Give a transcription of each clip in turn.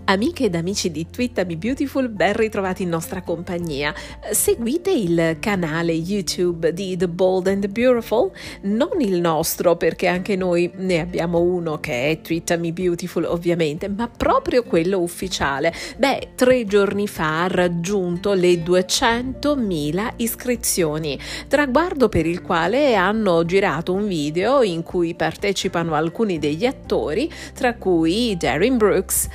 Amiche ed amici di Twittami Beautiful, ben ritrovati in nostra compagnia. Seguite il canale YouTube di The Bold and the Beautiful? Non il nostro, perché anche noi ne abbiamo uno che è Twittami Beautiful ovviamente, ma proprio quello ufficiale. 3 giorni fa ha raggiunto le 200.000 iscrizioni, traguardo per il quale hanno girato un video in cui partecipano alcuni degli attori, tra cui Darren Brooks,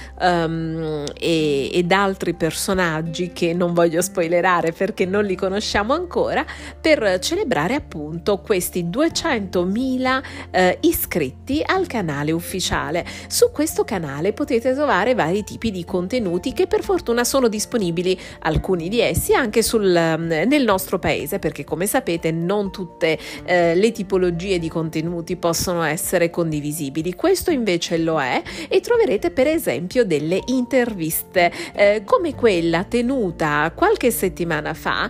ed altri personaggi che non voglio spoilerare perché non li conosciamo ancora, per celebrare appunto questi 200.000 iscritti al canale ufficiale. Su questo canale potete trovare vari tipi di contenuti che per fortuna sono disponibili, alcuni di essi anche nel nostro paese, perché come sapete non tutte le tipologie di contenuti possono essere condivisibili. Questo invece lo è, e troverete per esempio delle interviste come quella tenuta qualche settimana fa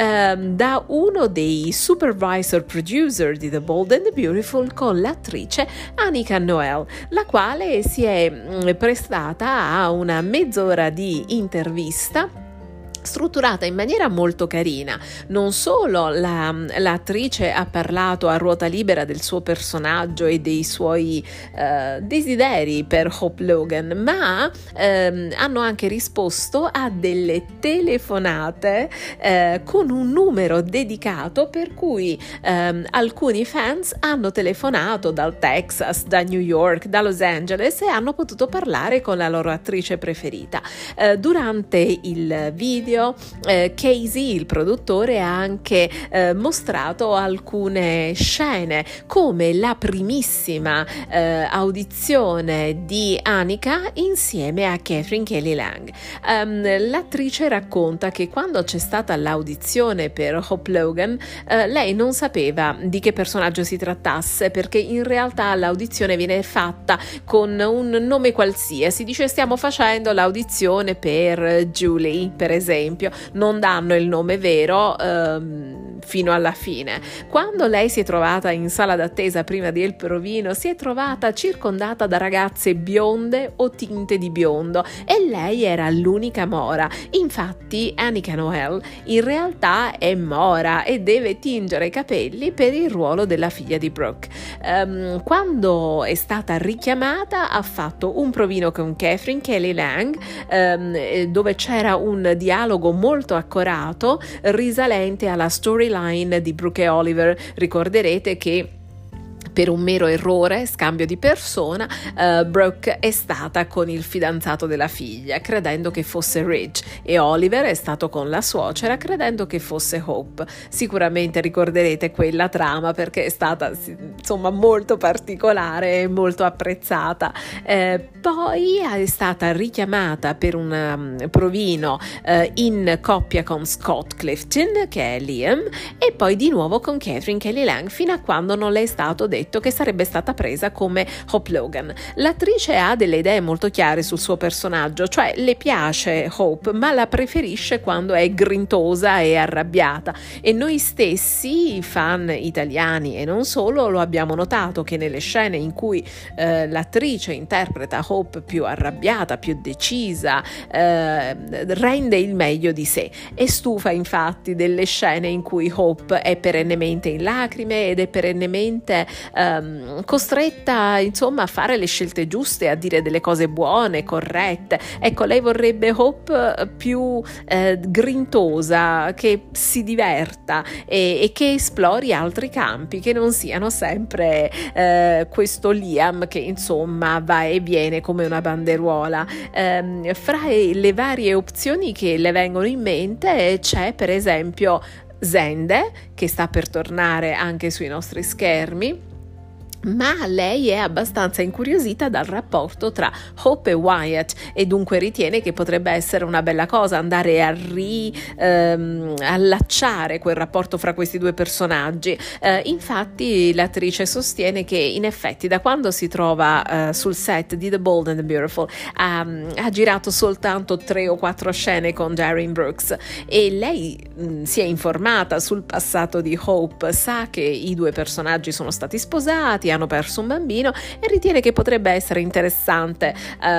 da uno dei supervisor producer di The Bold and the Beautiful con l'attrice Anika Noel, la quale si è prestata a una mezz'ora di intervista strutturata in maniera molto carina. Non solo l'attrice ha parlato a ruota libera del suo personaggio e dei suoi desideri per Hope Logan, ma hanno anche risposto a delle telefonate con un numero dedicato, per cui alcuni fans hanno telefonato dal Texas, da New York, da Los Angeles, e hanno potuto parlare con la loro attrice preferita. Durante il video Casey, il produttore, ha anche mostrato alcune scene, come la primissima audizione di Anika insieme a Katherine Kelly Lang. L'attrice racconta che quando c'è stata l'audizione per Hope Logan, lei non sapeva di che personaggio si trattasse, perché in realtà l'audizione viene fatta con un nome qualsiasi. Dice: stiamo facendo l'audizione per Julie, per esempio, non danno il nome vero fino alla fine. Quando lei si è trovata in sala d'attesa prima del provino, si è trovata circondata da ragazze bionde o tinte di biondo, e lei era l'unica mora. Infatti Anika Noel in realtà è mora e deve tingere i capelli per il ruolo della figlia di Brooke. Quando è stata richiamata ha fatto un provino con Katherine Kelly Lang, dove c'era un dialogo molto accorato risalente alla storyline di Brooke e Oliver. Ricorderete che per un mero errore, scambio di persona, Brooke è stata con il fidanzato della figlia, credendo che fosse Ridge, e Oliver è stato con la suocera, credendo che fosse Hope. Sicuramente ricorderete quella trama, perché è stata insomma molto particolare e molto apprezzata. Poi è stata richiamata per un provino in coppia con Scott Clifton, che è Liam, e poi di nuovo con Katherine Kelly Lang, fino a quando non le è stato detto che sarebbe stata presa come Hope Logan. L'attrice ha delle idee molto chiare sul suo personaggio, cioè le piace Hope, ma la preferisce quando è grintosa e arrabbiata, e noi stessi, fan italiani e non solo, lo abbiamo notato che nelle scene in cui l'attrice interpreta Hope più arrabbiata, più decisa, rende il meglio di sé. È stufa infatti delle scene in cui Hope è perennemente in lacrime ed è perennemente costretta insomma a fare le scelte giuste, a dire delle cose buone, corrette. Ecco, lei vorrebbe Hope più grintosa, che si diverta e che esplori altri campi, che non siano sempre questo Liam che insomma va e viene come una banderuola. Fra le varie opzioni che le vengono in mente c'è per esempio Zende, che sta per tornare anche sui nostri schermi, ma lei è abbastanza incuriosita dal rapporto tra Hope e Wyatt, e dunque ritiene che potrebbe essere una bella cosa andare a allacciare quel rapporto fra questi due personaggi. Infatti l'attrice sostiene che in effetti da quando si trova sul set di The Bold and the Beautiful ha girato soltanto 3 o 4 scene con Darren Brooks, e lei si è informata sul passato di Hope, sa che i due personaggi sono stati sposati, hanno perso un bambino e ritiene che potrebbe essere interessante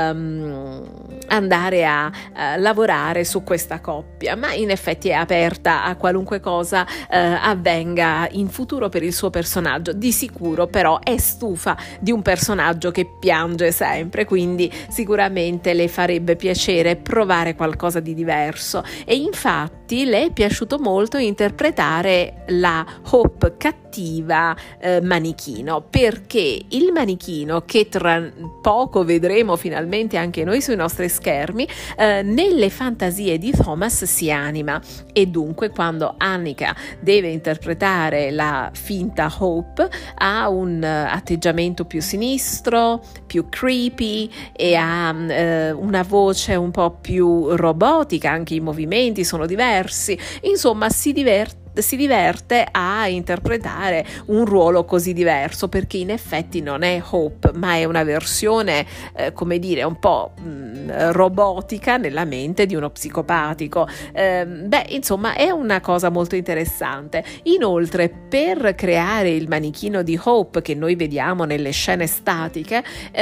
andare a lavorare su questa coppia, ma in effetti è aperta a qualunque cosa avvenga in futuro per il suo personaggio. Di sicuro però è stufa di un personaggio che piange sempre, quindi sicuramente le farebbe piacere provare qualcosa di diverso, e infatti le è piaciuto molto interpretare la Hope cattiva manichino, perché il manichino, che tra poco vedremo finalmente anche noi sui nostri schermi, nelle fantasie di Thomas si anima, e dunque quando Annika deve interpretare la finta Hope ha un atteggiamento più sinistro, più creepy, e ha una voce un po' più robotica, anche i movimenti sono diversi, insomma si diverte a interpretare un ruolo così diverso, perché in effetti non è Hope, ma è una versione come dire un po' robotica nella mente di uno psicopatico. Insomma è una cosa molto interessante. Inoltre, per creare il manichino di Hope che noi vediamo nelle scene statiche,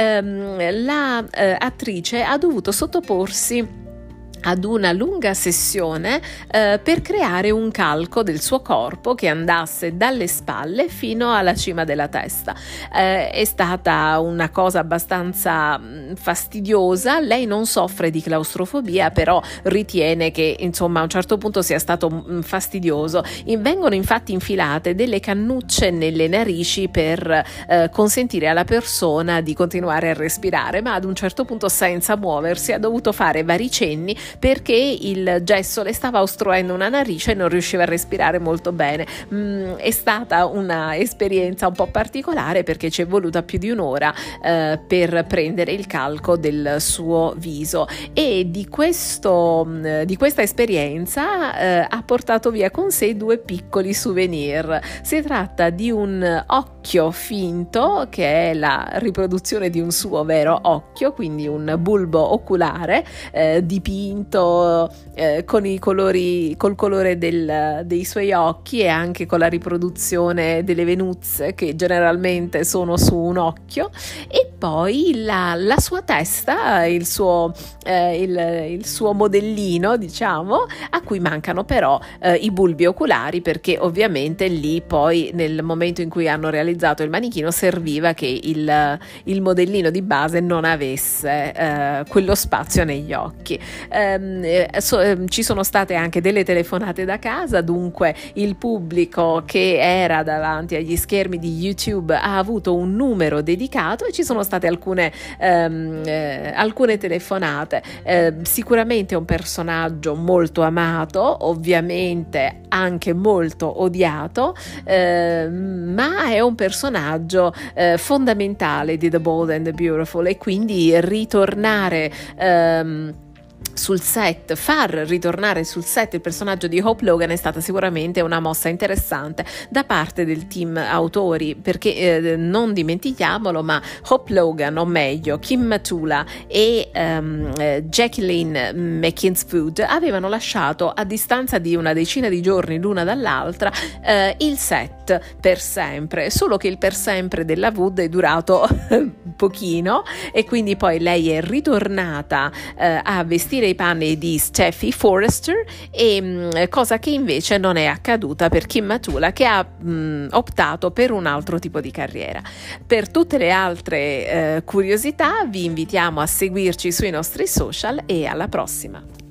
la attrice ha dovuto sottoporsi ad una lunga sessione per creare un calco del suo corpo che andasse dalle spalle fino alla cima della testa. È stata una cosa abbastanza fastidiosa. Lei non soffre di claustrofobia, però ritiene che insomma a un certo punto sia stato fastidioso. Vengono infatti infilate delle cannucce nelle narici per consentire alla persona di continuare a respirare, ma ad un certo punto, senza muoversi, ha dovuto fare vari cenni perché il gesso le stava ostruendo una narice e non riusciva a respirare molto bene. È stata una esperienza un po' particolare, perché ci è voluta più di un'ora per prendere il calco del suo viso, e di questa esperienza ha portato via con sé 2 piccoli souvenir. Si tratta di un occhio finto, che è la riproduzione di un suo vero occhio, quindi un bulbo oculare dipinto con i colori, col colore dei suoi occhi, e anche con la riproduzione delle venuzze che generalmente sono su un occhio, e poi la sua testa, il suo modellino, diciamo, a cui mancano però i bulbi oculari, perché ovviamente lì poi nel momento in cui hanno realizzato il manichino serviva che il modellino di base non avesse quello spazio negli occhi. Ci sono state anche delle telefonate da casa, dunque il pubblico che era davanti agli schermi di YouTube ha avuto un numero dedicato, e ci sono state alcune telefonate. Sicuramente è un personaggio molto amato, ovviamente anche molto odiato, ma è un personaggio fondamentale di The Bold and the Beautiful, e quindi ritornare far ritornare sul set il personaggio di Hope Logan è stata sicuramente una mossa interessante da parte del team autori, perché non dimentichiamolo, ma Hope Logan, o meglio Kim Matula e Jacqueline McKinswood, avevano lasciato a distanza di una decina di giorni l'una dall'altra il set per sempre, solo che il per sempre della Wood è durato pochino, e quindi poi lei è ritornata a vestire i panni di Steffi Forrester, e cosa che invece non è accaduta per Kim Matula, che ha optato per un altro tipo di carriera. Per tutte le altre curiosità vi invitiamo a seguirci sui nostri social, e alla prossima.